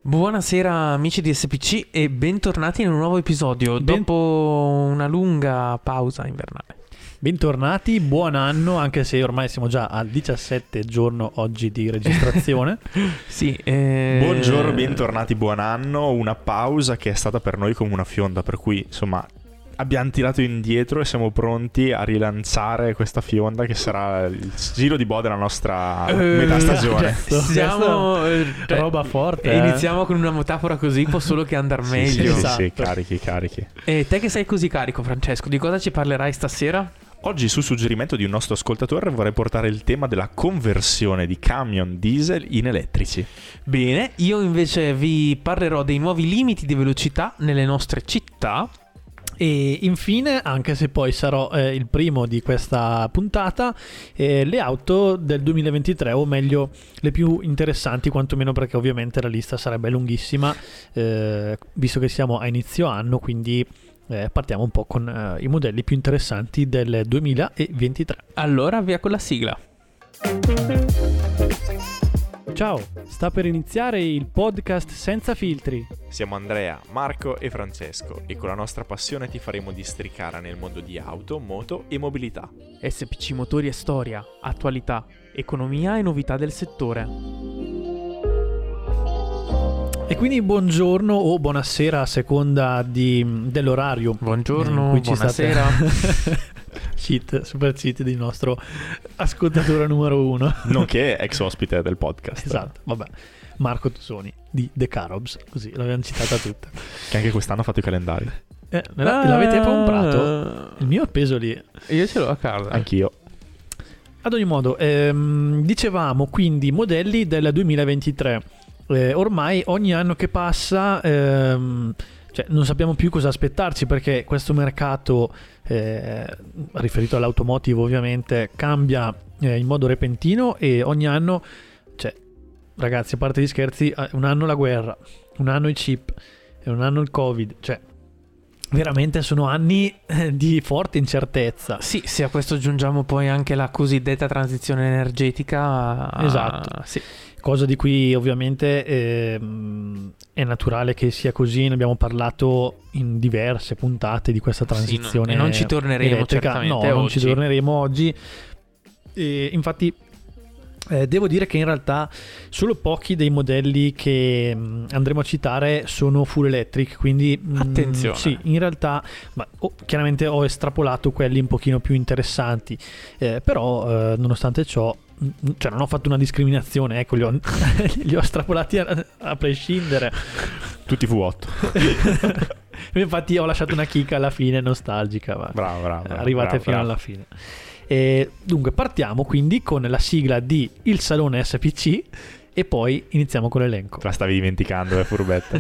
Buonasera amici di SPC e bentornati in un nuovo episodio dopo una lunga pausa invernale. Bentornati, buon anno, anche se ormai siamo già al 17 giorno oggi di registrazione. Sì, Buongiorno, bentornati, buon anno. Una pausa che è stata per noi come una fionda, per cui insomma abbiamo tirato indietro e siamo pronti a rilanciare questa fionda che sarà il giro di boa della nostra metà stagione. Siamo roba forte. Iniziamo con una metafora così, può solo che andar meglio. Sì, Esatto. carichi. E te che sei così carico, Francesco, di cosa ci parlerai stasera? Oggi, su suggerimento di un nostro ascoltatore, vorrei portare il tema della conversione di camion diesel in elettrici. Bene, io invece vi parlerò dei nuovi limiti di velocità nelle nostre città. E infine, anche se poi sarò il primo di questa puntata, le auto del 2023, o meglio le più interessanti, quantomeno perché ovviamente la lista sarebbe lunghissima, visto che siamo a inizio anno, quindi partiamo un po' con i modelli più interessanti del 2023. Allora via con la sigla. Ciao, sta per iniziare il podcast Senza Filtri. Siamo Andrea, Marco e Francesco e con la nostra passione ti faremo districare nel mondo di auto, moto e mobilità. SPC Motori e Storia, attualità, economia e novità del settore. E quindi buongiorno o buonasera a seconda dell'orario. Buongiorno, in cui buonasera. Super cheat del nostro ascoltatore numero 1. Nonché ex ospite del podcast. Esatto, vabbè. Marco Tusoni di The Carobs, così l'abbiamo citata tutta. Che anche quest'anno ha fatto i calendari. L'avete comprato? Il mio è appeso lì. Io ce l'ho a casa. Anch'io. Ad ogni modo, dicevamo quindi modelli del 2023. Ormai ogni anno che passa non sappiamo più cosa aspettarci, perché questo mercato riferito all'automotive ovviamente cambia in modo repentino e ogni anno, ragazzi, a parte gli scherzi, un anno la guerra, un anno i chip e un anno il Covid, veramente sono anni di forte incertezza. Sì, se a questo aggiungiamo poi anche la cosiddetta transizione energetica. Esatto. Sì. Cosa di cui ovviamente è naturale che sia così. Ne abbiamo parlato in diverse puntate di questa transizione. Sì, non ci torneremo elettrica. certamente. No, non oggi. ci torneremo oggi. E infatti devo dire che in realtà solo pochi dei modelli che andremo a citare sono full electric, quindi attenzione. Sì, in realtà chiaramente ho estrapolato quelli un pochino più interessanti, però nonostante ciò non ho fatto una discriminazione, ecco, li ho estrapolati a prescindere. Tutti V8. Infatti ho lasciato una chicca alla fine nostalgica, ma Bravo. arrivate fino alla fine. Dunque partiamo quindi con la sigla di Il Salone SPC e poi iniziamo con l'elenco. Te la stavi dimenticando, furbetta.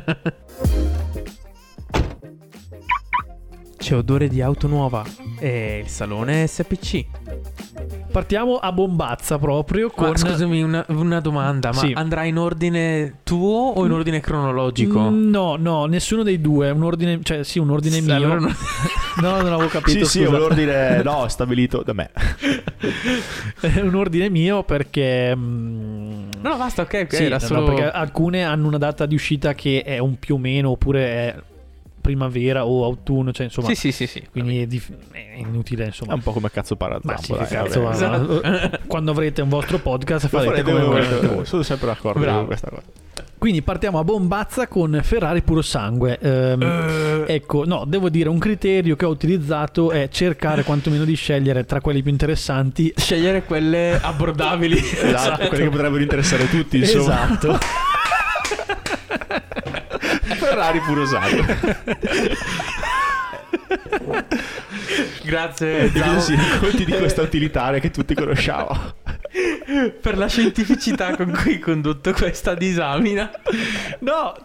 C'è odore di auto nuova. È il Salone SPC. Partiamo a bombazza proprio con... Ma scusami, una domanda, ma sì. andrà in ordine tuo o in ordine cronologico? No, nessuno dei due, un ordine, un ordine mio. Allora no, non avevo capito. Sì, un ordine stabilito da me. Un ordine mio perché No, basta, ok, sì, era solo... perché alcune hanno una data di uscita che è un più o meno, oppure è primavera o autunno, insomma. Sì. Quindi è inutile, insomma. È un po' come cazzo Ma Parazampo. sì, che cazzo, Esatto. quando avrete un vostro podcast Lo farete come volete voi. sono sempre d'accordo con questa cosa. Quindi partiamo a bombazza con Ferrari puro sangue. Ecco, no, devo dire, un criterio che ho utilizzato è cercare quantomeno di scegliere tra quelli più interessanti. Scegliere quelle abbordabili. Esatto, quelli che potrebbero interessare tutti, insomma. Esatto. Ferrari puro sangue. Grazie, Sì, racconti di questa utilitaria che tutti conosciamo. per la scientificità con cui hai condotto questa disamina. No,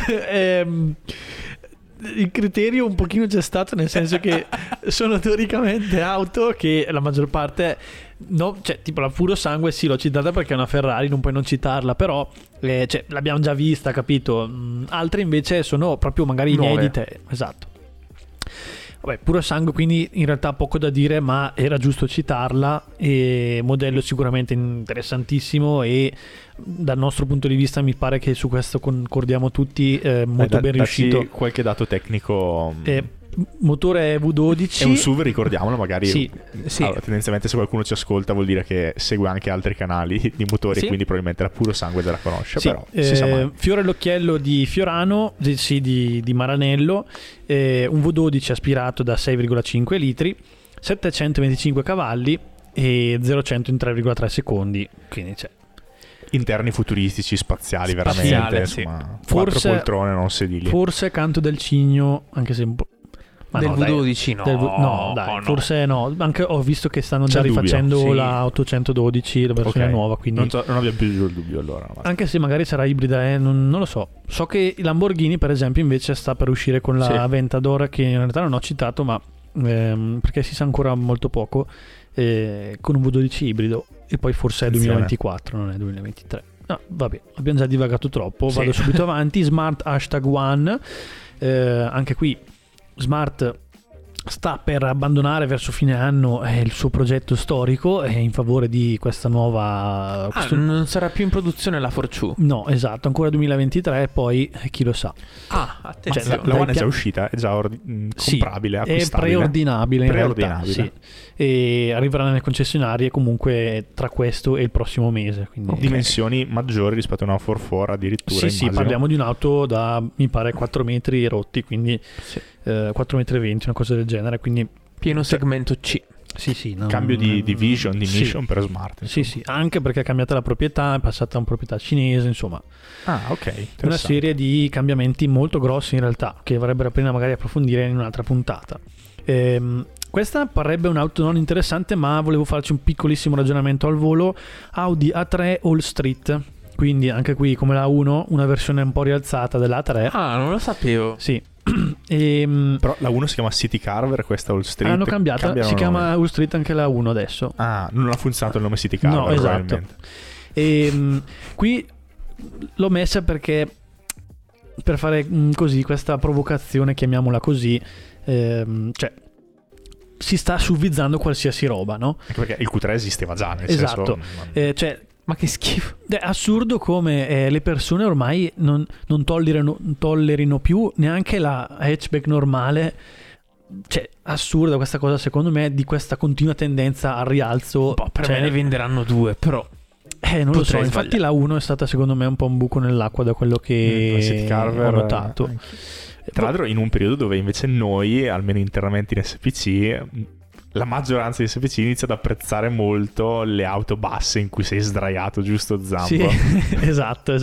il criterio un pochino c'è stato, nel senso che sono teoricamente auto che la maggior parte tipo la puro sangue sì, l'ho citata perché è una Ferrari, non puoi non citarla, però l'abbiamo già vista, capito? Altre invece sono proprio magari nuove. inedite. Esatto. Vabbè, puro sangue, quindi in realtà poco da dire, ma era giusto citarla. E modello sicuramente interessantissimo, e dal nostro punto di vista mi pare che su questo concordiamo tutti, molto ben riuscito. Qualche dato tecnico. Motore V12. È un SUV, ricordiamolo, magari. Sì. Allora, tendenzialmente se qualcuno ci ascolta vuol dire che segue anche altri canali di motori, quindi probabilmente la Puro Sangue già la conosce, però si sa mai. Fiore all'occhiello di Fiorano, di Maranello, un V12 aspirato da 6,5 litri, 725 cavalli e 0-100 in 3,3 secondi, quindi c'è interni futuristici, spaziali, veramente, insomma, quattro poltrone, non sedili. Forse Canto del Cigno, anche se un po'. Ma del no, V12 dai, forse no. Anche ho visto che stanno già rifacendo la 812, la versione nuova, quindi non abbiamo più il dubbio allora. Anche se magari sarà ibrida, non lo so. So che il Lamborghini, per esempio, invece sta per uscire con la Aventador, che in realtà non ho citato, ma perché si sa ancora molto poco, con un V12 ibrido, e poi forse è 2024, non è 2023. No, vabbè, abbiamo già divagato troppo, vado subito avanti. Smart #1, anche qui Smart sta per abbandonare verso fine anno il suo progetto storico in favore di questa nuova... non sarà più in produzione la 4 No, esatto, ancora 2023 e poi chi lo sa. Attenzione. La One è già uscita, è già comprabile, acquistabile. È preordinabile in realtà, sì. E arriverà nelle concessionarie comunque tra questo e il prossimo mese, quindi dimensioni maggiori rispetto a una 4x4 addirittura. Sì, parliamo di un'auto da, mi pare, 4 metri rotti, quindi 4 metri e 20, una cosa del genere, quindi pieno segmento C. Cambio di vision, di mission per Smart. Sì, anche perché è cambiata la proprietà, è passata a una proprietà cinese, insomma. Una serie di cambiamenti molto grossi in realtà, che varrebbe la pena magari approfondire in un'altra puntata. Questa parrebbe un'auto non interessante, ma volevo farci un piccolissimo ragionamento al volo. Audi A3 All Street, quindi anche qui come la 1, una versione un po' rialzata della A3. Non lo sapevo. Sì. Però la 1 si chiama City Carver, questa All Street hanno cambiato, si chiama All Street anche la 1 adesso. Non ha funzionato il nome City Carver. No, esatto. Qui l'ho messa perché per fare così questa provocazione, chiamiamola così, cioè si sta suvvizzando qualsiasi roba, no? Anche perché il Q3 esisteva già, nel senso, cioè, ma che schifo. È assurdo come le persone ormai non tollerino più neanche la hatchback normale. Cioè, assurda questa cosa, secondo me, di questa continua tendenza al rialzo. Per me ne venderanno 2, però non lo so. Infatti la 1 è stata secondo me un po' un buco nell'acqua, da quello che ho notato. Tra l'altro in un periodo dove invece noi, almeno internamente in SPC, la maggioranza di SPC inizia ad apprezzare molto le auto basse in cui sei sdraiato giusto zampo. Sì, esatto.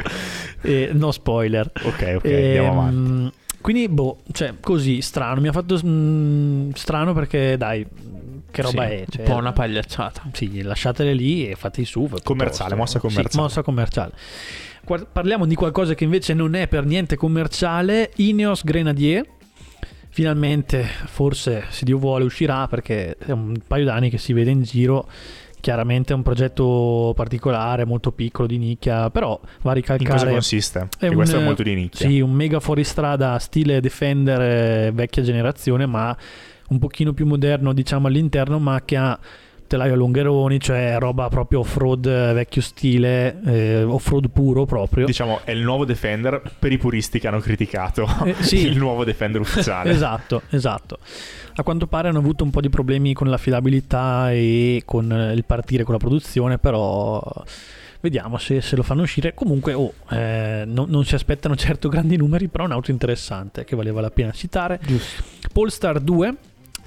No spoiler. Ok, andiamo avanti. Quindi cioè così strano, mi ha fatto strano perché dai, che roba è? Cioè, un po' una pagliacciata. Sì, lasciatele lì e fate i SUV. Commerciale, mossa commerciale. Sì, mossa commerciale. Parliamo di qualcosa che invece non è per niente commerciale. Ineos Grenadier. Finalmente, forse, se Dio vuole, uscirà, perché è un paio d'anni che si vede in giro. Chiaramente è un progetto particolare, molto piccolo, di nicchia, però va a ricalcare. In cosa consiste? Questo è molto di nicchia. Sì, un mega fuoristrada stile Defender vecchia generazione, ma un pochino più moderno, diciamo, all'interno, ma che ha telaio a lungheroni, cioè roba proprio off-road vecchio stile, off-road puro proprio. Diciamo è il nuovo Defender per i puristi che hanno criticato il nuovo Defender ufficiale. Esatto. A quanto pare hanno avuto un po' di problemi con l'affidabilità e con il partire con la produzione, però vediamo se lo fanno uscire. Comunque non si aspettano certo grandi numeri, però è un'auto interessante che valeva la pena citare. Giusto. Polestar 2,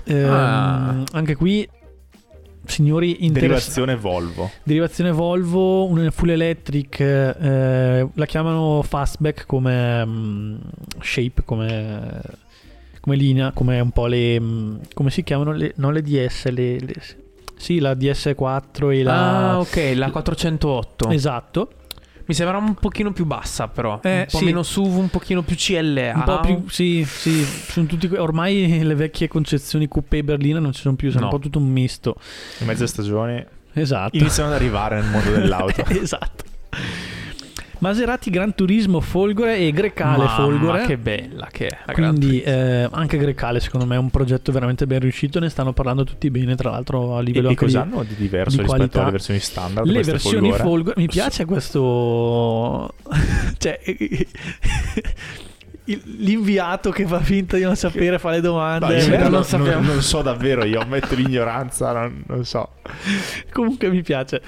anche qui signori, derivazione Volvo, una full electric, la chiamano fastback come shape, come linea, come un po' le come si chiamano, non le DS, sì, la DS4 e la la 408. Esatto. Mi sembra un pochino più bassa, però un po' meno SUV, un pochino più CLA. Un po' più, sì, sono tutti ormai le vecchie concezioni coupé berline non ci sono più, sono un po' tutto un misto. In mezze stagioni iniziano ad arrivare nel mondo dell'auto. Esatto. Maserati Gran Turismo Folgore e Grecale Folgore. Ma che bella che è la quindi anche Grecale secondo me è un progetto veramente ben riuscito, ne stanno parlando tutti bene, tra l'altro a livello e anche cosa hanno di diverso di rispetto qualità. alle versioni standard? Le versioni Folgore? Folgore mi piace questo cioè l'inviato che fa finta di non sapere, fa le domande. Non so davvero, io ammetto l'ignoranza, non so. Comunque mi piace.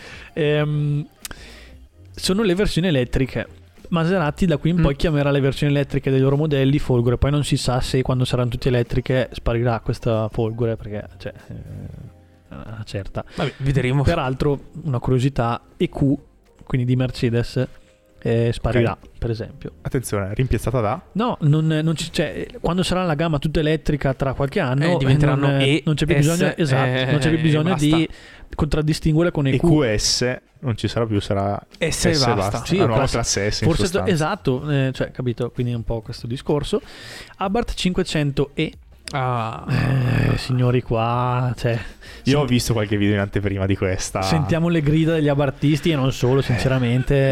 Sono le versioni elettriche. Maserati da qui in poi chiamerà le versioni elettriche dei loro modelli Folgore. Poi non si sa se quando saranno tutte elettriche sparirà questa Folgore, perché cioè una certa. Vabbè, vedremo. Peraltro una curiosità, EQ, quindi di Mercedes, sparirà, per esempio. Attenzione, rimpiazzata da? No, non ci, cioè, quando sarà la gamma tutta elettrica tra qualche anno diventeranno non c'è più bisogno, non c'è più bisogno di contraddistinguere con EQ. EQS non ci sarà più, sarà S e basta. Sì, nuova classe S, forse esatto, cioè, capito, quindi è un po' questo discorso. Abarth 500e. Signori, qua cioè, io ho visto qualche video in anteprima di questa. Sentiamo le grida degli abartisti e non solo, sinceramente.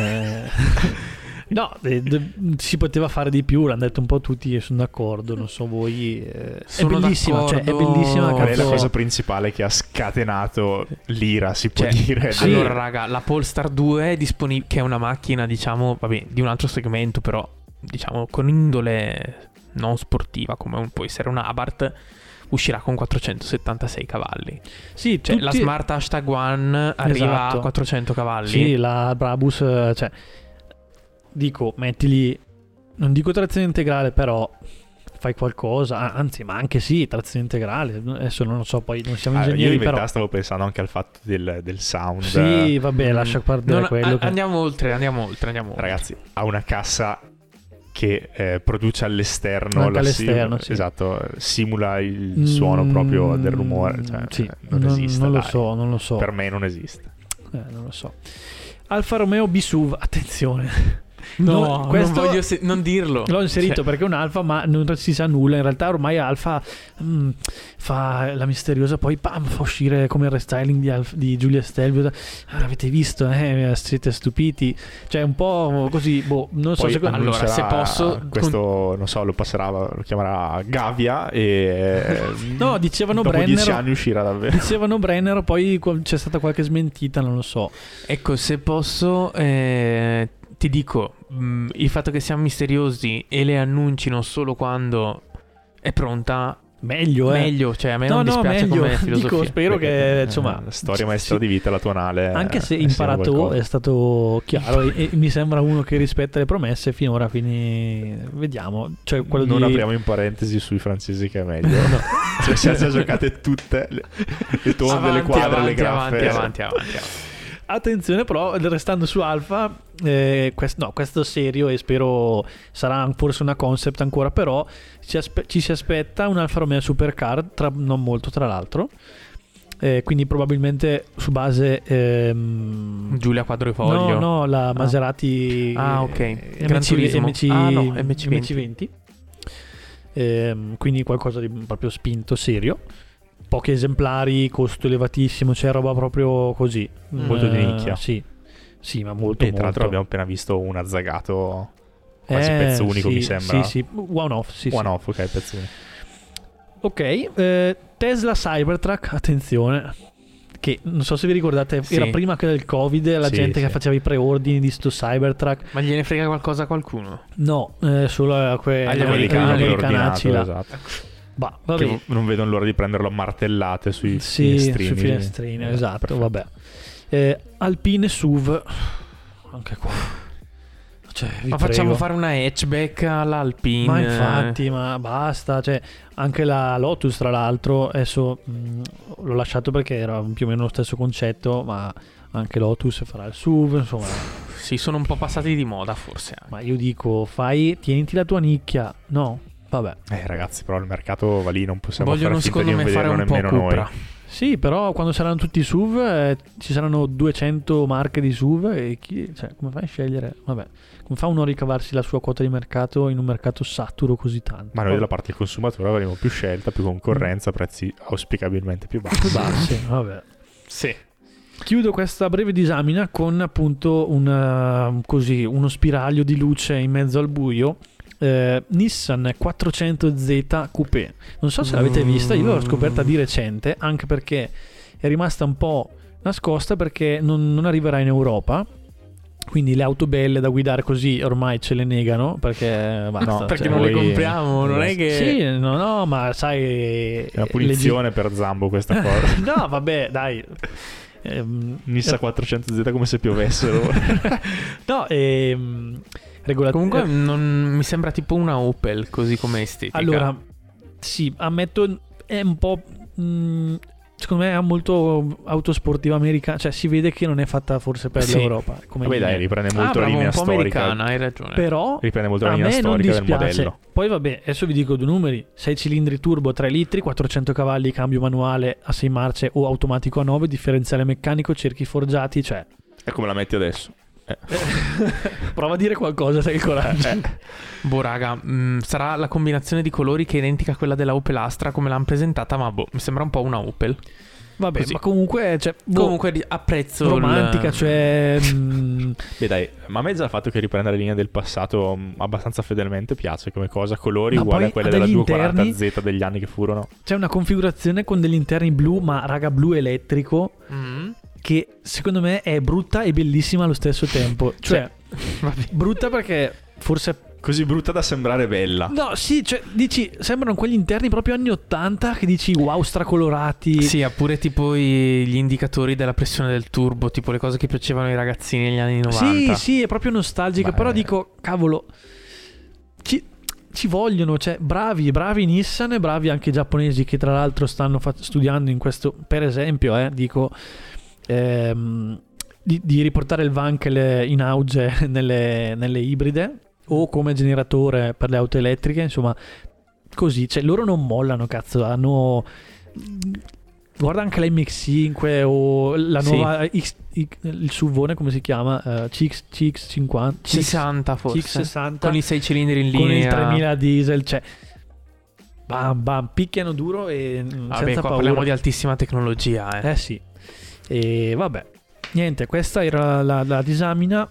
No, si poteva fare di più, l'hanno detto un po' tutti e sono d'accordo, non so voi. È bellissima, cioè, è bellissima. Qual è la cosa principale che ha scatenato l'ira, si può dire? Sì. Allora raga, la Polestar 2 è disponibile, che è una macchina diciamo, vabbè, di un altro segmento, però diciamo con indole non sportiva come può essere una Abarth, uscirà con 476 cavalli. Sì, cioè la Smart Hashtag One arriva a 400 cavalli. Sì, la Brabus, cioè dico, mettili, non dico trazione integrale, però fai qualcosa, anzi, ma anche sì, trazione integrale. Adesso non lo so, poi non siamo ingegneri, io in però realtà stavo pensando anche al fatto del sound. Sì, vabbè, lascia perdere quello. Andiamo oltre. Ragazzi, ha una cassa che produce all'esterno, sì. Esatto, simula il suono proprio del rumore, cioè, sì, non esiste. Non lo so. Per me non esiste. Non lo so. Alfa Romeo B-SUV, attenzione. No, questo non voglio non dirlo. L'ho inserito perché è un Alfa, ma non si sa nulla. In realtà ormai Alfa fa la misteriosa, poi fa uscire come il restyling di Giulia Stelvio. Avete visto? Siete stupiti. Cioè un po' così, non so poi se allora se posso questo non so, lo chiamerà Gavia e no, dicevano dopo Brenner 10 anni uscirà davvero. Dicevano Brenner, poi c'è stata qualche smentita, non lo so. Ecco, se posso ti dico, il fatto che siamo misteriosi e le annuncino solo quando è pronta, meglio, cioè a me non dispiace meglio. Come filosofia. Dico, spero che insomma la storia maestra di vita, la tonale, anche se imparato è stato chiaro e mi sembra uno che rispetta le promesse finora, quindi vediamo, cioè quello non apriamo in parentesi sui francesi che è meglio. No. Cioè siamo già giocate tutte le tonde, le quadre, le graffe. Avanti. Attenzione però, restando su Alfa, questo serio e spero sarà forse una concept ancora, però ci si aspetta un Alfa Romeo Supercar non molto tra l'altro, quindi probabilmente su base Giulia Quadrifoglio. No, la Maserati ok, Gran Turismo. MC20. Quindi qualcosa di proprio spinto, serio. Pochi esemplari, costo elevatissimo, c'è roba proprio così. Molto di nicchia. Sì, ma molto. E tra l'altro abbiamo appena visto un azzagato quasi pezzo unico, mi sembra. Sì, one off, ok, pezzo unico. Ok, Tesla Cybertruck, attenzione, che non so se vi ricordate, era prima che del Covid, la gente che faceva i preordini di sto Cybertruck. Ma gliene frega qualcosa a qualcuno? No, solo agli americanacci là. Esatto. Vabbè. Non vedono l'ora di prenderlo a martellate sui finestrini. Esatto, vabbè. Alpine SUV, anche qua, cioè, ma facciamo fare una hatchback all'Alpine. Ma infatti, ma basta, cioè, anche la Lotus tra l'altro adesso l'ho lasciato perché era più o meno lo stesso concetto, ma anche Lotus farà il SUV, insomma. Sì, sono un po' passati di moda forse anche. Ma io dico, tieniti la tua nicchia. No, vabbè. Ragazzi, però il mercato va lì, non possiamo fare finta di non vederlo nemmeno noi. Sì, però quando saranno tutti SUV ci saranno 200 marche di SUV e come fai a scegliere? Vabbè, come fa uno a ricavarsi la sua quota di mercato in un mercato saturo così tanto? Ma noi dalla parte del consumatore avremo più scelta, più concorrenza, prezzi auspicabilmente più bassi. Vabbè. Sì. Chiudo questa breve disamina con appunto uno spiraglio di luce in mezzo al buio. Nissan 400Z Coupé. Non so se l'avete vista, io l'ho scoperta di recente, anche perché è rimasta un po' nascosta perché non arriverà in Europa. Quindi le auto belle da guidare così ormai ce le negano perché basta, no, perché cioè, non le compriamo, non è che sì, no, ma sai, è una punizione per Zambo questa cosa. No, vabbè, dai. Nissan 400Z come se piovessero. No, comunque non mi sembra tipo una Opel così come estetica. Allora, sì, ammetto, è un po'... secondo me è molto autosportiva americana, cioè si vede che non è fatta forse per l'Europa. Come vabbè dai, riprende molto la linea storica. Americana, hai ragione. Però riprende molto la linea storica del modello. Poi vabbè, adesso vi dico due numeri: 6 cilindri turbo 3 litri, 400 cavalli, cambio manuale a 6 marce o automatico a 9, differenziale meccanico, cerchi forgiati, cioè... È come la metti adesso. Prova a dire qualcosa, sai il coraggio. Boh raga, sarà la combinazione di colori che è identica a quella della Opel Astra come l'hanno presentata, ma boh, mi sembra un po' una Opel. Vabbè, così. Ma comunque, cioè, comunque apprezzo romantica, cioè beh dai, ma a me già il fatto che riprenda le linee del passato abbastanza fedelmente piace come cosa, colori uguali a quelle della 240Z degli anni che furono. C'è una configurazione con degli interni blu, ma raga, blu elettrico, che secondo me è brutta e bellissima allo stesso tempo. Cioè brutta perché forse così brutta da sembrare bella. No, sì, cioè dici, sembrano quegli interni proprio anni 80 che dici wow, stracolorati. Sì, ha pure tipo gli indicatori della pressione del turbo, tipo le cose che piacevano ai ragazzini negli anni 90. Sì, è proprio nostalgica. Però dico, cavolo, ci vogliono, cioè bravi Nissan e bravi anche i giapponesi che tra l'altro stanno studiando in questo, per esempio, dico di riportare il Wankel in auge nelle ibride o come generatore per le auto elettriche, insomma, così, cioè loro non mollano, cazzo, hanno... Guarda anche la MX5 o la nuova il SUV-one, come si chiama? CX50 60 forse, CX60 con i 6 cilindri in linea, con il 3000 diesel, cioè bam, picchiano duro e vabbè, senza qua paura. parliamo di altissima tecnologia, sì. E vabbè, niente, questa era la disamina.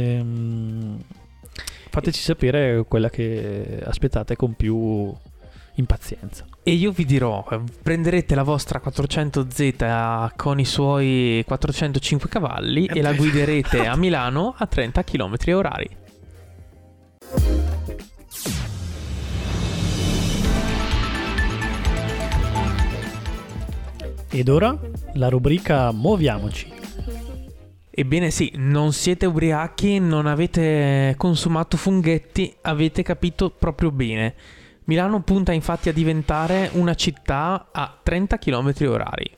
Fateci sapere quella che aspettate con più impazienza. E io vi dirò, prenderete la vostra 400Z con i suoi 405 cavalli e la guiderete a Milano a 30 km/h. Ed ora la rubrica Muoviamoci. Ebbene sì, non siete ubriachi, non avete consumato funghetti, avete capito proprio bene. Milano punta infatti a diventare una città a 30 km/h.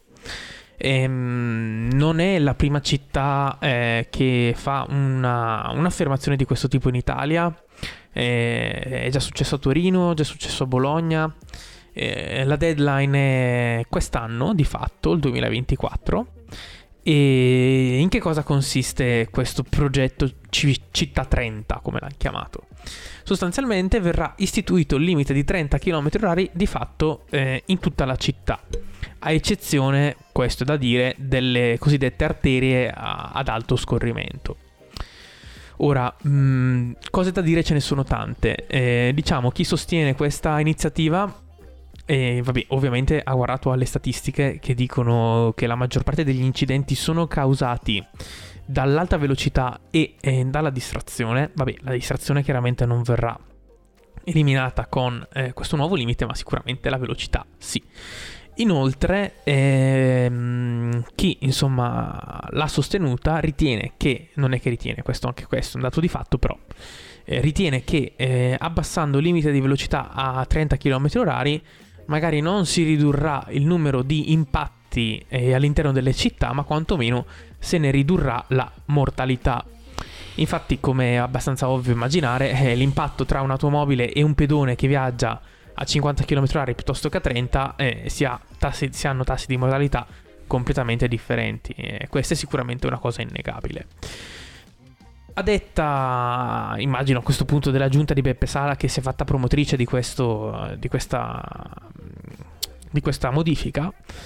Non è la prima città che fa un'affermazione di questo tipo in Italia. È già successo a Torino, è già successo a Bologna. La deadline è quest'anno, di fatto, il 2024. E in che cosa consiste questo progetto Città 30, come l'hanno chiamato? Sostanzialmente verrà istituito il limite di 30 km/h di fatto in tutta la città, a eccezione, questo è da dire, delle cosiddette arterie ad alto scorrimento. Ora, cose da dire ce ne sono tante. Diciamo, chi sostiene questa iniziativa ovviamente ha guardato alle statistiche che dicono che la maggior parte degli incidenti sono causati dall'alta velocità e dalla distrazione. La distrazione chiaramente non verrà eliminata con questo nuovo limite, ma sicuramente la velocità sì. Inoltre chi insomma l'ha sostenuta ritiene che, non è che ritiene, anche questo è un dato di fatto, però ritiene che abbassando il limite di velocità a 30 km/h magari non si ridurrà il numero di impatti all'interno delle città, ma quantomeno se ne ridurrà la mortalità. Infatti, come è abbastanza ovvio immaginare, l'impatto tra un'automobile e un pedone che viaggia a 50 km/h piuttosto che a 30 si hanno tassi di mortalità completamente differenti. Questa è sicuramente una cosa innegabile. A detta, immagino a questo punto, della giunta di Beppe Sala, che si è fatta promotrice di questa modifica,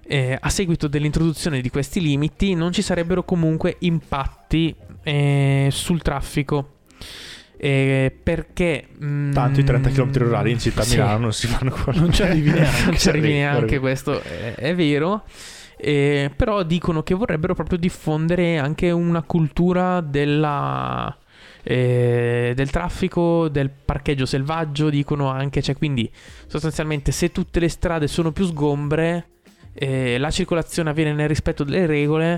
a seguito dell'introduzione di questi limiti non ci sarebbero comunque impatti sul traffico. Perché tanto i 30 km/h in città a Milano non si fanno qua. Non ci arrivi neanche. Non ci arrivi neanche, questo è vero. Però dicono che vorrebbero proprio diffondere anche una cultura del traffico, del parcheggio selvaggio, dicono anche, cioè, quindi sostanzialmente se tutte le strade sono più sgombre, la circolazione avviene nel rispetto delle regole,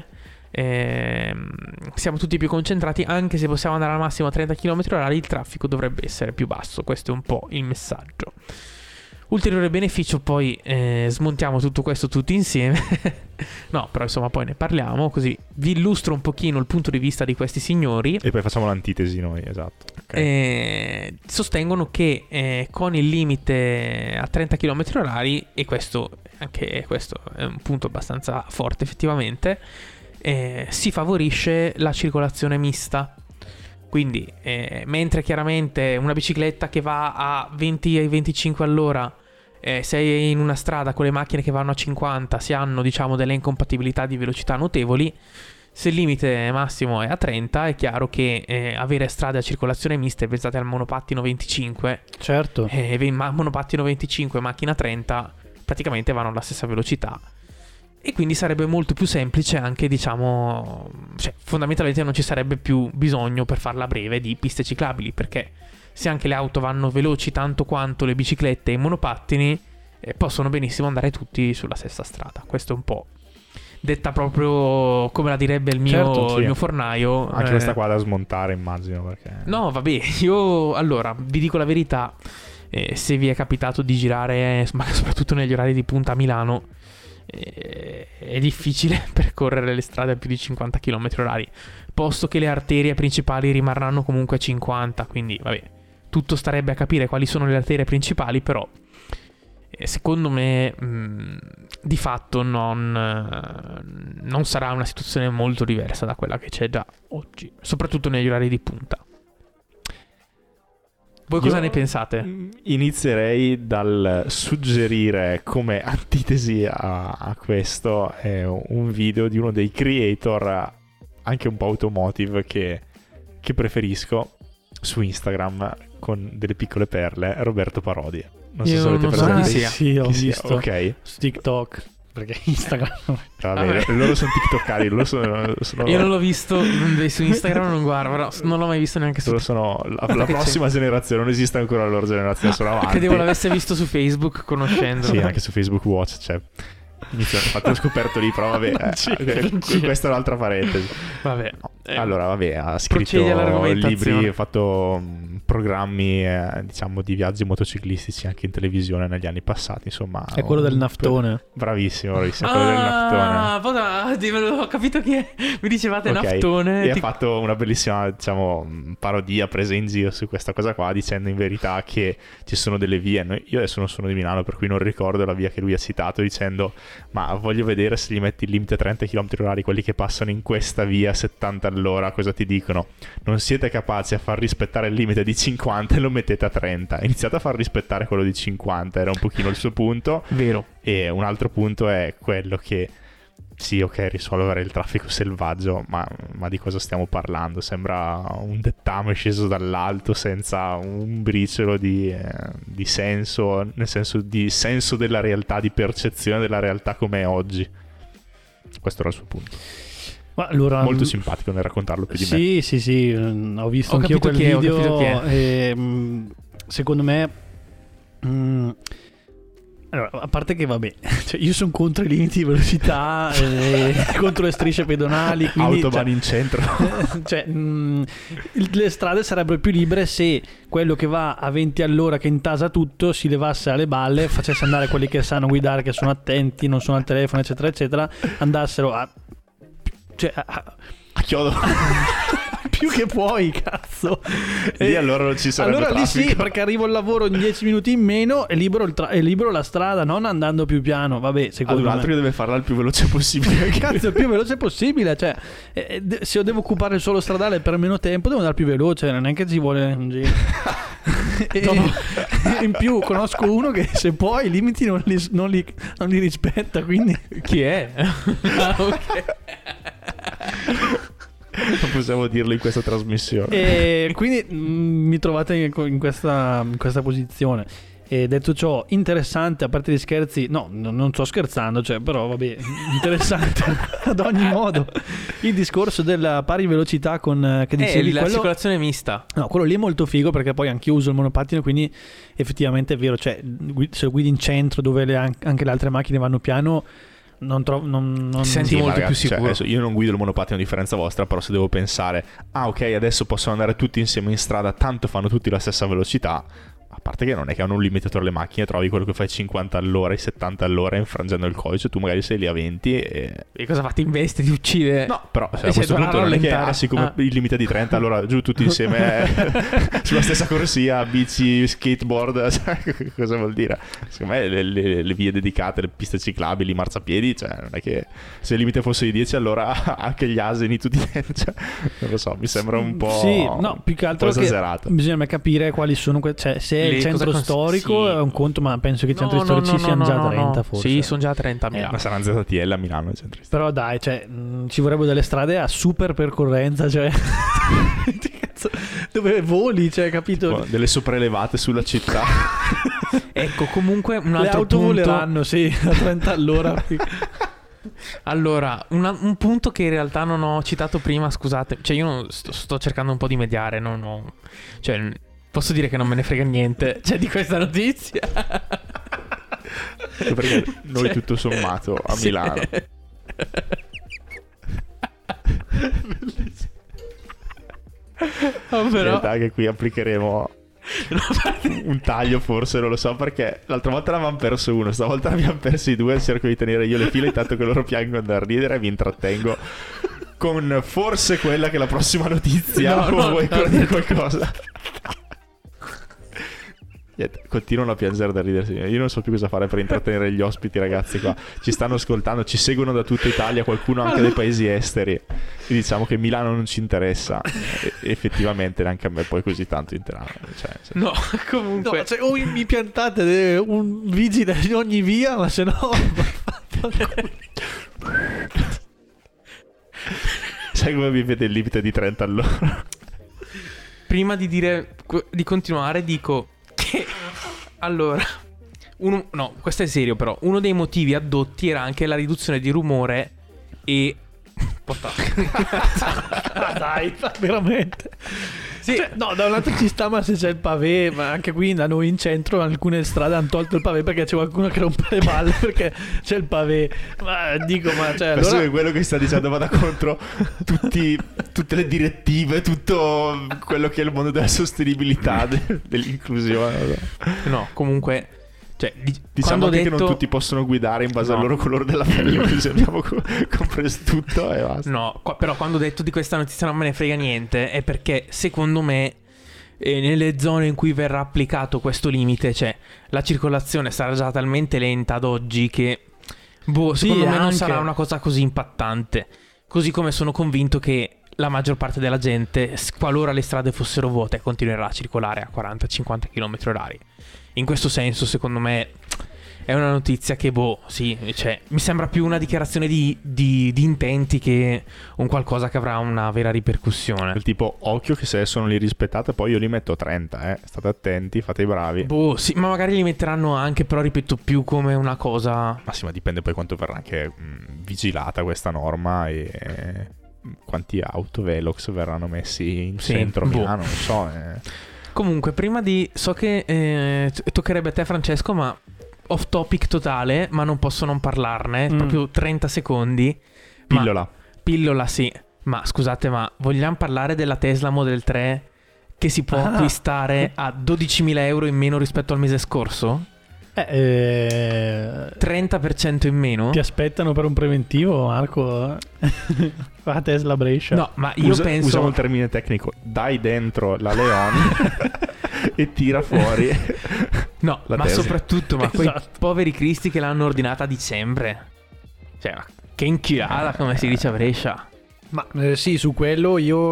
siamo tutti più concentrati, anche se possiamo andare al massimo a 30 km/h, il traffico dovrebbe essere più basso. Questo è un po' il messaggio. Ulteriore beneficio, poi smontiamo tutto questo tutti insieme. No, però insomma poi ne parliamo, così vi illustro un pochino il punto di vista di questi signori. E poi facciamo l'antitesi noi, esatto. Okay. Sostengono che con il limite a 30 km/h, e questo è un punto abbastanza forte effettivamente, si favorisce la circolazione mista. Quindi mentre chiaramente una bicicletta che va a 20 e 25 all'ora, se è in una strada con le macchine che vanno a 50, si hanno, diciamo, delle incompatibilità di velocità notevoli. Se il limite massimo è a 30, è chiaro che avere strade a circolazione mista, pensate al monopattino 25, certo, monopattino 25 macchina 30 praticamente vanno alla stessa velocità. E quindi sarebbe molto più semplice anche, diciamo, cioè fondamentalmente non ci sarebbe più bisogno, per farla breve, di piste ciclabili, perché se anche le auto vanno veloci tanto quanto le biciclette e i monopattini, possono benissimo andare tutti sulla stessa strada. Questo è un po' detta proprio come la direbbe il mio fornaio. Anche questa qua da smontare, immagino, perché... No, vabbè, io allora vi dico la verità, se vi è capitato di girare, ma soprattutto negli orari di punta a Milano, è difficile percorrere le strade a più di 50 km/h, posto che le arterie principali rimarranno comunque a 50, quindi vabbè, tutto starebbe a capire quali sono le arterie principali, però secondo me di fatto non sarà una situazione molto diversa da quella che c'è già oggi, soprattutto negli orari di punta. Voi cosa ne pensate? Inizierei dal suggerire come antitesi a questo un video di uno dei creator, anche un po' automotive, che preferisco su Instagram, con delle piccole perle, Roberto Parodi. Non so se avete presente. Sì, ho visto. Ok. Su TikTok. Perché Instagram... Vabbè, loro sono tiktokari, loro sono... Io non l'ho visto su Instagram, non guardo, però non l'ho mai visto neanche su... Loro sono la prossima generazione, non esiste ancora la loro generazione, sono avanti. Credevo l'avesse visto su Facebook, conoscendolo. Sì, anche su Facebook Watch c'è. Infatti l'ho scoperto lì, però vabbè, questa è un'altra parentesi. Vabbè. Allora, vabbè, ha scritto libri, ha fatto programmi, diciamo, di viaggi motociclistici anche in televisione negli anni passati, insomma. È quello del naftone. Bravissimo, quello del naftone. Ho capito chi è. Mi dicevate naftone. E ha fatto una bellissima, diciamo, parodia, presa in giro su questa cosa qua, dicendo in verità che ci sono delle vie. Io adesso non sono di Milano, per cui non ricordo la via che lui ha citato, dicendo: ma voglio vedere se gli metti il limite a 30 km/h, quelli che passano in questa via 70 all'ora, cosa ti dicono? Non siete capaci a far rispettare il limite di 50 e lo mettete a 30. Iniziate a far rispettare quello di 50, era un pochino il suo punto. Vero. E un altro punto è quello che, sì, ok, risolvere il traffico selvaggio, ma di cosa stiamo parlando? Sembra un dettame sceso dall'alto senza un briciolo di senso, nel senso di senso della realtà, di percezione della realtà come è oggi. Questo era il suo punto. Ma allora, molto simpatico nel raccontarlo più di me. Sì, ho visto anch'io quel video. Secondo me, allora, a parte che vabbè, cioè io sono contro i limiti di velocità, contro le strisce pedonali, quindi, autobahn in centro. Le strade sarebbero più libere se quello che va a 20 all'ora, che intasa tutto, si levasse alle balle, facesse andare quelli che sanno guidare, che sono attenti, non sono al telefono, eccetera eccetera, andassero a chiodo più che puoi, cazzo. Lì allora non ci sarebbe allora traffico. lì sì, perché arrivo al lavoro in 10 minuti in meno e libero la strada, non andando più piano. Vabbè, Ad secondo un me. altro che deve farla il più veloce possibile. Cazzo, il più veloce possibile. Cioè, se io devo occupare il solo stradale per meno tempo, devo andare più veloce. Non è che ci vuole un giro. E in più conosco uno che se può i limiti non li rispetta. Quindi Chi è? Ok. Non possiamo dirlo in questa trasmissione. E quindi mi trovate in questa posizione. E detto ciò, interessante, a parte gli scherzi, no, non sto scherzando, cioè, però vabbè, interessante ad ogni modo il discorso della pari velocità che dicevi, la quello, circolazione mista. no, quello lì è molto figo perché poi anche io uso il monopattino, quindi effettivamente è vero, cioè se lo guidi in centro dove anche le altre macchine vanno piano, non Ti senti Sì, ma molto ragazzi, più sicuro. adesso io non guido il monopattino a differenza vostra, però se devo pensare, ok, adesso possono andare tutti insieme in strada, tanto fanno tutti la stessa velocità. A parte che non è che hanno un limitatore le macchine, trovi quello che fai 50 all'ora e 70 all'ora infrangendo il codice, tu magari sei lì a 20 e cosa fa? Ti investe, ti uccide? no, però E a se questo dovranno punto non è che rallentare. siccome il limite è di 30, allora giù tutti insieme sulla stessa corsia, bici, skateboard, cioè, cosa vuol dire? Secondo me le vie dedicate, le piste ciclabili, i marciapiedi, cioè non è che se il limite fosse di 10 allora anche gli asini tutti dentro, cioè, non lo so, mi sembra un po', sì, no, più che altro un po' che esagerato. bisogna capire quali sono cioè se è Le il centro cosa storico sì. è un conto, ma penso che i centri storici siano già 30 forse. Sì, sono già 30 a Milano. Ma saranno ZTL a Milano, il centro Però dai, cioè, ci vorrebbero delle strade a super percorrenza, cioè cazzo, dove voli, cioè, capito? delle sopraelevate sulla città. Ecco, comunque un Le altro auto punto. voleranno, sì, a 30 all'ora. Allora, un punto che in realtà non ho citato prima, scusate, cioè io sto cercando un po' di mediare, cioè posso dire che non me ne frega niente, cioè, di questa notizia. Perché noi Cioè, tutto sommato a sì. Milano. Oh, In però realtà che qui applicheremo un taglio, forse, non lo so, perché l'altra volta l'avevamo perso uno, stavolta ne abbiamo persi due, cerco di tenere io le file intanto che loro piangono da ridere e vi intrattengo con forse quella che è la prossima notizia. No, o vuoi no, dire qualcosa? Niente, continuano a piangere da ridere. Io non so più cosa fare per intrattenere gli ospiti, ragazzi. Qua ci stanno ascoltando, ci seguono da tutta Italia, qualcuno anche dai paesi esteri. E diciamo che Milano non ci interessa. Effettivamente, neanche a me poi così tanto interessa. Cioè, no, comunque No, cioè, o mi piantate un vigile in ogni via, ma se no sai come vi vede il limite di 30 all'ora? prima di continuare dico che allora no, questo è serio, però uno dei motivi addotti era anche la riduzione di rumore e dai, veramente. sì. Cioè, no, da un lato ci sta, ma se c'è il pavé, ma anche qui da noi in centro alcune strade hanno tolto il pavé perché c'è qualcuno che rompe le balle perché c'è il pavé. Ma dico, ma cioè, Questo allora è quello che sta dicendo, vada contro tutte le direttive, tutto quello che è il mondo della sostenibilità, dell'inclusione. No, comunque, cioè, Diciamo quando ho anche che detto non tutti possono guidare in base No. al loro colore della pelle, così abbiamo compreso tutto e basta. no, però quando ho detto di questa notizia non me ne frega niente è perché secondo me nelle zone in cui verrà applicato questo limite, cioè la circolazione sarà già talmente lenta ad oggi che secondo me non anche. sarà una cosa così impattante. Così come sono convinto che la maggior parte della gente, qualora le strade fossero vuote, continuerà a circolare a 40-50 km/h. In questo senso, secondo me, è una notizia che, sì, cioè, mi sembra più una dichiarazione di intenti che un qualcosa che avrà una vera ripercussione. Il tipo, occhio che se sono li rispettate, poi io li metto 30, state attenti, fate i bravi. Sì, ma magari li metteranno anche, però ripeto, più come una cosa. Ma sì, ma dipende poi quanto verrà anche vigilata questa norma e quanti autovelox verranno messi in Sì, centro a Milano, non so. Comunque, prima so che toccherebbe a te, Francesco, ma off topic totale, ma non posso non parlarne, proprio 30 secondi. Pillola, sì. Ma scusate, ma vogliamo parlare della Tesla Model 3 che si può acquistare a 12.000 euro in meno rispetto al mese scorso? 30% in meno. Ti aspettano per un preventivo, Marco? Fa Tesla Brescia. No, ma io penso... Usiamo il termine tecnico. Dai dentro la Leon e tira fuori. No, la ma Tesla. Soprattutto, ma quei poveri cristi che l'hanno ordinata a dicembre. Cioè, ma che inchiata, come si dice a Brescia. Ma sì, su quello io...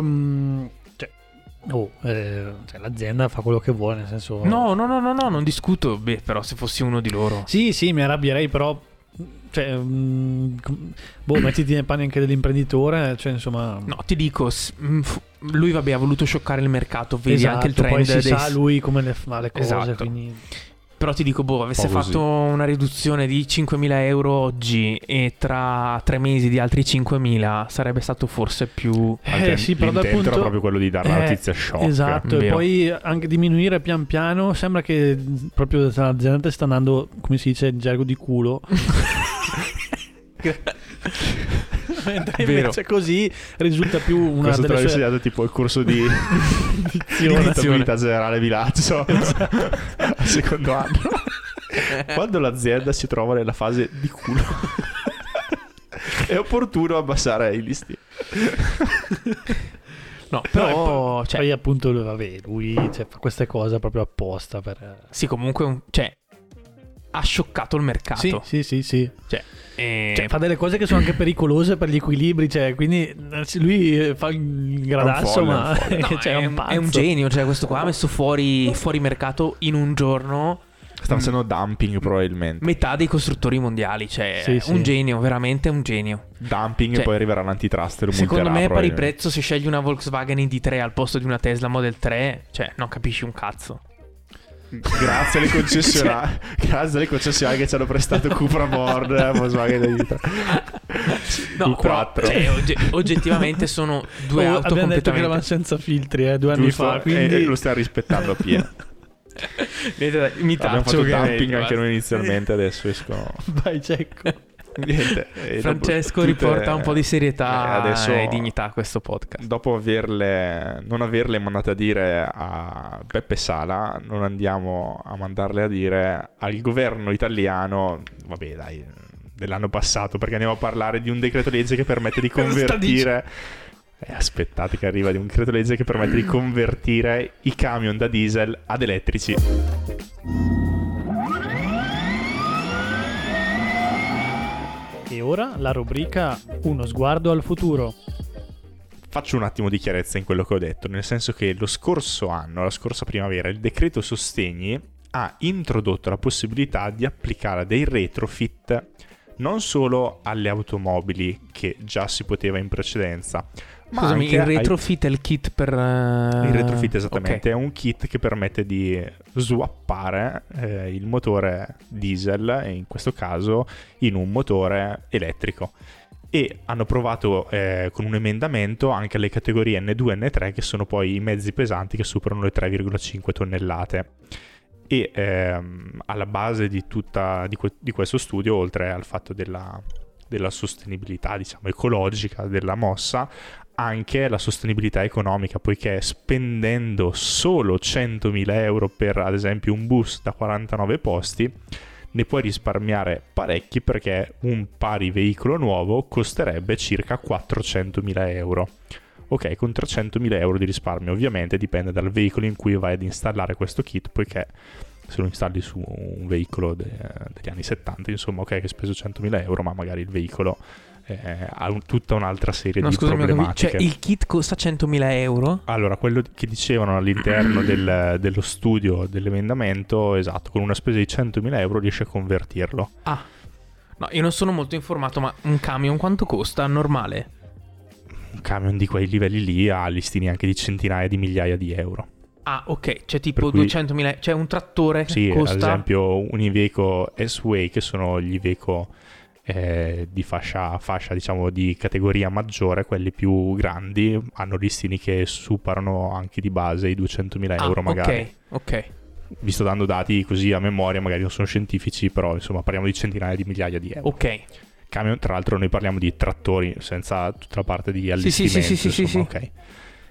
cioè, l'azienda fa quello che vuole, nel senso... No, non discuto. Beh, però se fossi uno di loro... Sì, mi arrabbierei, però... Cioè, mettiti nei panni anche dell'imprenditore, cioè, insomma... No, ti dico, lui vabbè ha voluto scioccare il mercato, vedi esatto, anche il trend poi si sa lui come le fa le cose, esatto. quindi... Però ti dico, avesse fatto una riduzione di 5.000 euro oggi e tra 3 mesi di altri 5.000, sarebbe stato forse più... sì, però dal punto... era proprio quello di dare la notizia shock. Esatto, e poi anche diminuire pian piano, sembra che proprio l'azienda sta andando, come si dice, in gergo di culo. Mentre invece così risulta più una questo delle sue... insegnato tipo il corso di contabilità generale bilancio al secondo anno, quando l'azienda si trova nella fase di culo è opportuno abbassare i listini. No, però poi appunto lui fa queste cose proprio apposta per... Sì, comunque ha scioccato il mercato. Sì. Cioè, fa delle cose che sono anche pericolose per gli equilibri, cioè, quindi lui fa il gradasso, ma no, cioè, è un genio, cioè questo qua ha messo fuori mercato in un giorno. Sta facendo dumping probabilmente. Metà dei costruttori mondiali, cioè sì. Un genio, veramente un genio. Dumping, cioè, e poi arriverà l'antitrust e lo multerà. Secondo me pari prezzo, se scegli una Volkswagen ID3 al posto di una Tesla Model 3, cioè non capisci un cazzo. Grazie alle concessionarie che ci hanno prestato Cupra Board, Volkswagen ID3. No, Q4. Cioè, oggettivamente sono due auto abbiamo completamente... detto che eravamo senza filtri 2 anni fa, quindi lo stiamo rispettando a pieno. Mi abbiamo fatto dumping basta. anche noi inizialmente, adesso escono. Vai Cecco. Niente, Francesco riporta un po' di serietà adesso, e dignità a questo podcast. Dopo non averle mandate a dire a Beppe Sala, non andiamo a mandarle a dire al governo italiano, vabbè dai, dell'anno passato, perché andiamo a parlare di un decreto legge che permette di convertire... aspettate che arriva, di un decreto legge che permette di convertire i camion da diesel ad elettrici. E ora la rubrica Uno sguardo al futuro. Faccio un attimo di chiarezza in quello che ho detto, nel senso che lo scorso anno, la scorsa primavera, il decreto sostegni ha introdotto la possibilità di applicare dei retrofit non solo alle automobili, che già si poteva in precedenza, ma scusami, anche il retrofit è il kit per... Il retrofit esattamente, okay. È un kit che permette di swappare il motore diesel, in questo caso, in un motore elettrico. E hanno provato con un emendamento anche alle categorie N2 e N3, che sono poi i mezzi pesanti che superano le 3,5 tonnellate. E alla base di questo studio, oltre al fatto della sostenibilità, diciamo, ecologica della mossa, anche la sostenibilità economica, poiché spendendo solo 100.000 euro per, ad esempio, un bus da 49 posti, ne puoi risparmiare parecchi, perché un pari veicolo nuovo costerebbe circa 400.000 euro. Ok, con 300.000 euro di risparmio. Ovviamente dipende dal veicolo in cui vai ad installare questo kit, poiché se lo installi su un veicolo degli anni 70, insomma, ok, che hai speso 100.000 euro, ma magari il veicolo ha tutta un'altra serie di problematiche. Cioè, il kit costa 100.000 euro? Allora, quello che dicevano all'interno dello studio dell'emendamento, esatto, con una spesa di 100.000 euro riesci a convertirlo. Ah, no, io non sono molto informato, ma un camion quanto costa normale? Un camion di quei livelli lì ha listini anche di centinaia di migliaia di euro. Ah, ok, cioè tipo cui... 200.000, cioè un trattore sì, costa... ad esempio un Iveco S-Way, che sono gli Iveco di fascia, diciamo, di categoria maggiore, quelli più grandi, hanno listini che superano anche di base i 200.000 euro magari. Ok. Vi sto dando dati così a memoria, magari non sono scientifici, però insomma parliamo di centinaia di migliaia di euro. Ok. Camion, tra l'altro noi parliamo di trattori senza tutta la parte di allestimento. Sì. Ok.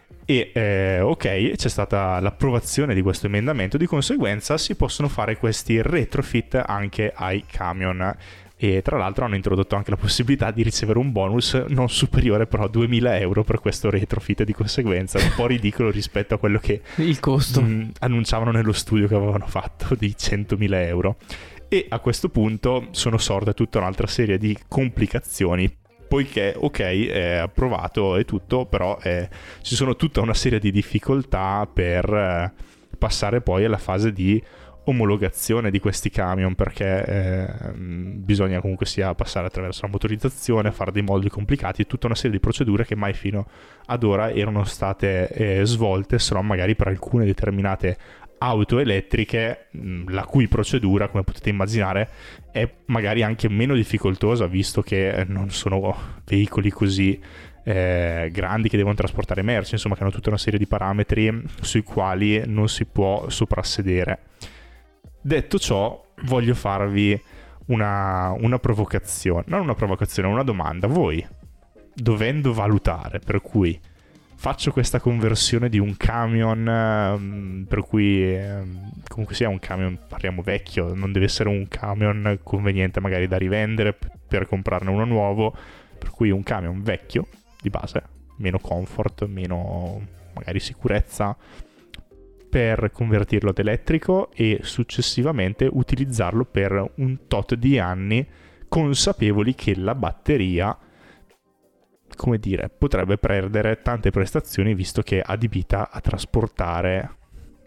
E ok, c'è stata l'approvazione di questo emendamento, di conseguenza si possono fare questi retrofit anche ai camion. E tra l'altro hanno introdotto anche la possibilità di ricevere un bonus non superiore però a 2.000 euro per questo retrofit, di conseguenza un po' ridicolo rispetto a quello che il costo annunciavano nello studio che avevano fatto di 100.000 euro. E a questo punto sono sorte tutta un'altra serie di complicazioni, poiché ok, è approvato e tutto, però ci sono tutta una serie di difficoltà per passare poi alla fase di omologazione di questi camion, perché bisogna comunque sia passare attraverso la motorizzazione, fare dei moduli complicati, tutta una serie di procedure che mai fino ad ora erano state svolte, se no magari per alcune determinate auto elettriche, la cui procedura, come potete immaginare, è magari anche meno difficoltosa, visto che non sono veicoli così grandi che devono trasportare merci, insomma, che hanno tutta una serie di parametri sui quali non si può soprassedere. Detto ciò, voglio farvi una provocazione, non una provocazione, una domanda. Voi, dovendo valutare, per cui faccio questa conversione di un camion, per cui comunque sia un camion, parliamo vecchio, non deve essere un camion conveniente magari da rivendere per comprarne uno nuovo, per cui un camion vecchio di base, meno comfort, meno magari sicurezza, per convertirlo ad elettrico e successivamente utilizzarlo per un tot di anni, consapevoli che la batteria, come dire, potrebbe perdere tante prestazioni, visto che è adibita a trasportare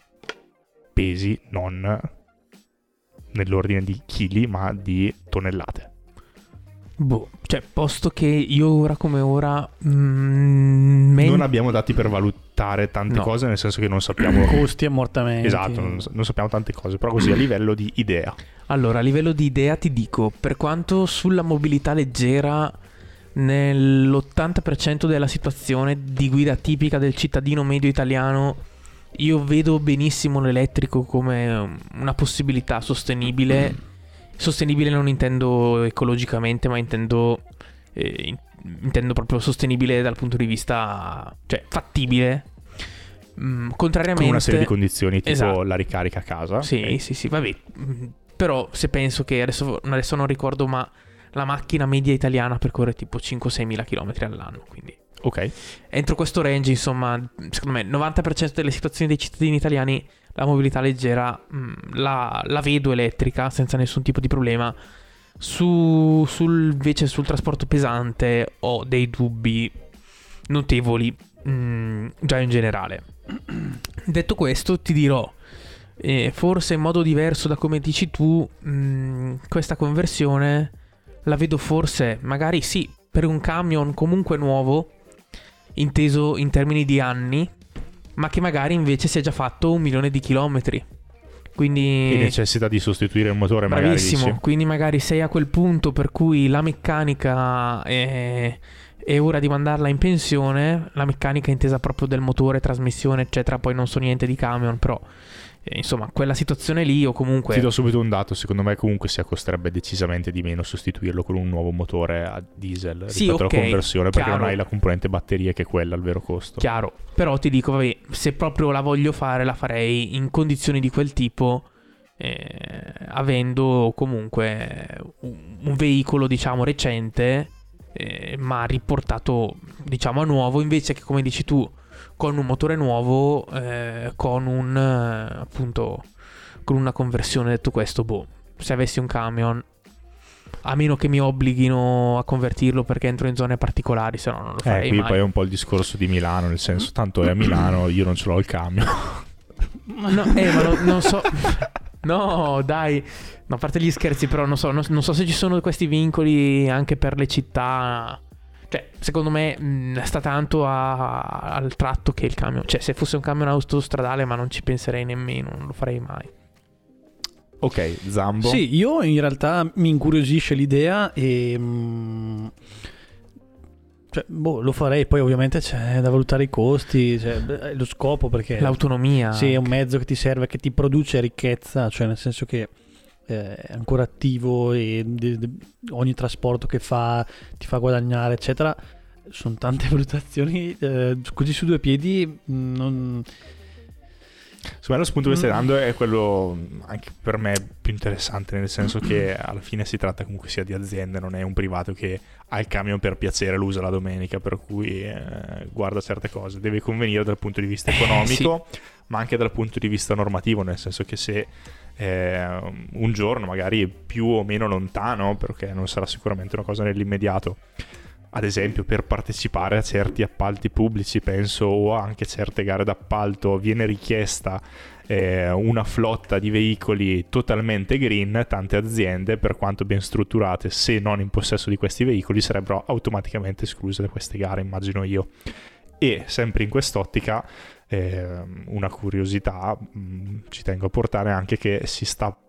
pesi non nell'ordine di chili ma di tonnellate. Cioè, posto che io ora come ora non abbiamo dati per valutare tante cose, nel senso che non sappiamo costi e ammortamenti. Esatto, non sappiamo tante cose, però così a livello di idea. Allora, a livello di idea ti dico, per quanto sulla mobilità leggera nell'80% della situazione di guida tipica del cittadino medio italiano io vedo benissimo l'elettrico come una possibilità sostenibile. Sostenibile non intendo ecologicamente, ma intendo proprio sostenibile dal punto di vista, cioè fattile. Contrariamente, con una serie di condizioni, tipo esatto, la ricarica a casa. Sì, okay. sì, vabbè. Però se penso che adesso non ricordo, ma la macchina media italiana percorre tipo 5-6 mila chilometri all'anno, quindi ok, entro questo range, insomma, secondo me 90% delle situazioni dei cittadini italiani la mobilità leggera la vedo elettrica senza nessun tipo di problema. Invece sul trasporto pesante ho dei dubbi notevoli, già in generale. Detto questo, ti dirò, forse in modo diverso da come dici tu, questa conversione la vedo forse, magari sì, per un camion comunque nuovo, inteso in termini di anni, ma che magari invece si è già fatto 1 milione di chilometri. Quindi e necessita di sostituire il motore, bravissimo, magari. Quindi magari sei a quel punto per cui la meccanica è ora di mandarla in pensione. La meccanica intesa proprio del motore, trasmissione, eccetera. Poi non so niente di camion, però insomma, quella situazione lì, o comunque ti do subito un dato, secondo me comunque si costerebbe decisamente di meno sostituirlo con un nuovo motore a diesel rispetto alla conversione, perché non hai la componente batterie, che è quella il vero costo. Chiaro, però ti dico, vabbè, se proprio la voglio fare, la farei in condizioni di quel tipo, avendo comunque un veicolo, diciamo, recente, ma riportato, diciamo, a nuovo, invece che, come dici tu, con un motore nuovo, con appunto con una conversione. Detto questo, se avessi un camion, a meno che mi obblighino a convertirlo perché entro in zone particolari, se no non lo farei qui mai. Poi è un po' il discorso di Milano, nel senso, tanto è a Milano, io non ce l'ho il camion. Ma non so. No, dai, a parte gli scherzi, però non so se ci sono questi vincoli anche per le città. Cioè, secondo me sta tanto al tratto che il camion, cioè, se fosse un camion autostradale, ma non ci penserei nemmeno, non lo farei mai. Ok, Zambo. Sì, io in realtà mi incuriosisce l'idea e lo farei. Poi ovviamente c'è da valutare i costi, cioè, lo scopo, perché l'autonomia, sì, è un mezzo che ti serve, che ti produce ricchezza, cioè nel senso che è ancora attivo e ogni trasporto che fa ti fa guadagnare, eccetera. sono tante valutazioni così su due piedi. Secondo me lo spunto che stai dando è quello anche per me più interessante, nel senso che alla fine si tratta comunque sia di aziende, non è un privato che ha il camion per piacere, lo usa la domenica, per cui guarda certe cose, deve convenire dal punto di vista economico, sì, ma anche dal punto di vista normativo, nel senso che se un giorno magari più o meno lontano, perché non sarà sicuramente una cosa nell'immediato, ad esempio per partecipare a certi appalti pubblici, penso, o anche certe gare d'appalto, viene richiesta una flotta di veicoli totalmente green, tante aziende, per quanto ben strutturate, se non in possesso di questi veicoli, sarebbero automaticamente escluse da queste gare, immagino io. E sempre in quest'ottica, una curiosità ci tengo a portare anche che si sta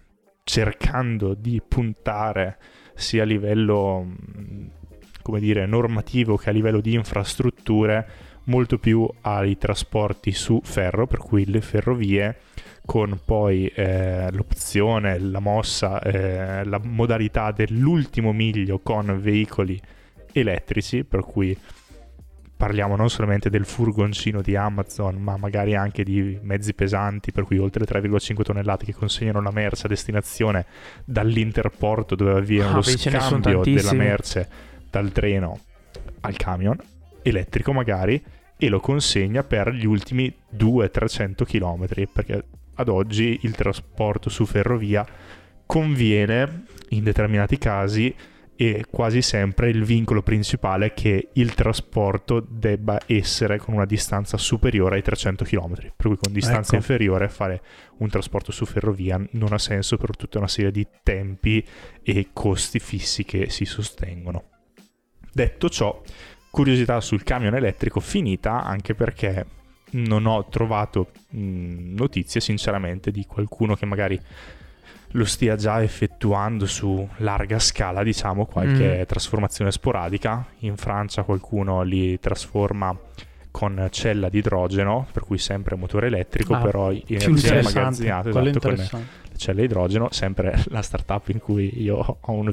cercando di puntare sia a livello come dire normativo che a livello di infrastrutture molto più ai trasporti su ferro, per cui le ferrovie, con poi l'opzione, la mossa, la modalità dell'ultimo miglio con veicoli elettrici, per cui parliamo non solamente del furgoncino di Amazon, ma magari anche di mezzi pesanti, per cui oltre le 3,5 tonnellate che consegnano la merce a destinazione dall'interporto dove avviene lo scambio della merce dal treno al camion elettrico magari, e lo consegna per gli ultimi 200-300 km, perché ad oggi il trasporto su ferrovia conviene in determinati casi, e quasi sempre il vincolo principale è che il trasporto debba essere con una distanza superiore ai 300 km, per cui con distanza inferiore fare un trasporto su ferrovia non ha senso per tutta una serie di tempi e costi fissi che si sostengono. Detto ciò, curiosità sul camion elettrico finita, anche perché non ho trovato notizie sinceramente di qualcuno che magari lo stia già effettuando su larga scala, diciamo, qualche trasformazione sporadica. In Francia qualcuno li trasforma con cella di idrogeno, per cui sempre motore elettrico, però energia immagazzinata, esatto, con le celle idrogeno, sempre la startup in cui io ho uno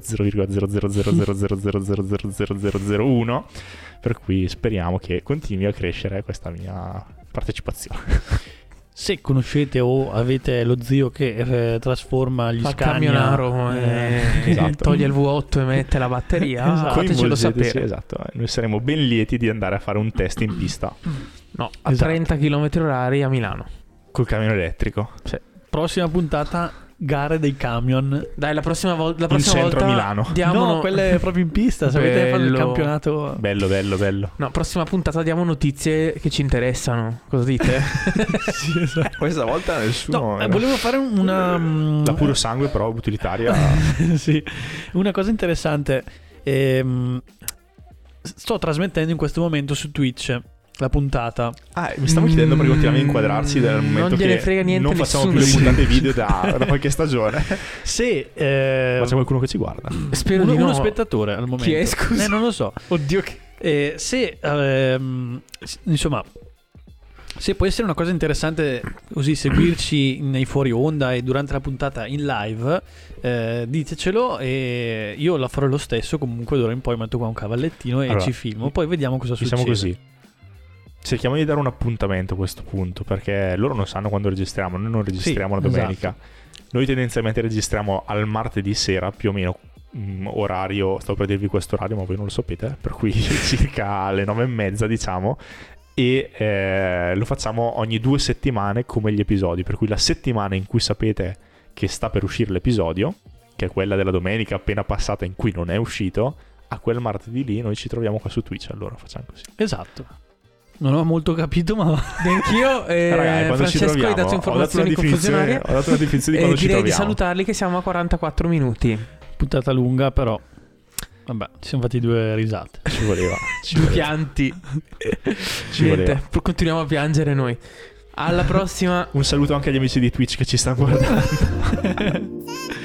0,00000000001, per cui speriamo che continui a crescere questa mia partecipazione. Se conoscete o avete lo zio che trasforma gli camionaro esatto, toglie il V8 e mette la batteria, fatecelo sapere. Sì, esatto. Noi saremo ben lieti di andare a fare un test in pista. No, a 30 km/h a Milano col camion elettrico. Sì. Prossima puntata, gare dei camion. Dai, la prossima volta a Milano. No, quelle proprio in pista. Se avete fatto il campionato. Bello. No, prossima puntata diamo notizie che ci interessano. Cosa dite? Sì, esatto. Questa volta nessuno. No, volevo fare una. La puro sangue, però utilitaria. Sì, una cosa interessante. Sto trasmettendo in questo momento su Twitch la puntata. Mi stavo chiedendo perché continuiamo a inquadrarsi dal momento che frega niente, non facciamo più le puntate video da qualche stagione. Sì, ma c'è qualcuno che ci guarda? Spero di no. Uno spettatore al momento. Chi è, scusa? Non lo so. Oddio che... insomma, se può essere una cosa interessante così seguirci nei fuori onda e durante la puntata in live, ditecelo e io la farò lo stesso. Comunque d'ora in poi metto qua un cavallettino e ci filmo, poi vediamo cosa succede. Diciamo così, cerchiamo di dare un appuntamento a questo punto, perché loro non sanno quando registriamo. Noi non registriamo la domenica, esatto. Noi tendenzialmente registriamo al martedì sera, più o meno orario, stavo per dirvi questo orario ma voi non lo sapete, per cui circa alle 9:30 diciamo, e lo facciamo ogni 2 settimane come gli episodi, per cui la settimana in cui sapete che sta per uscire l'episodio, che è quella della domenica appena passata in cui non è uscito, a quel martedì lì noi ci troviamo qua su Twitch, allora facciamo così. Esatto. Non ho molto capito, ma neanch'io. Francesco hai dato informazioni confusionarie. Ho dato una definizione di quando ci troviamo. Direi di salutarli, che siamo a 44 minuti. Puntata lunga, però vabbè, ci siamo fatti 2 risate. Ci voleva. Due pianti. Niente, continuiamo a piangere noi. Alla prossima. Un saluto anche agli amici di Twitch che ci stanno guardando.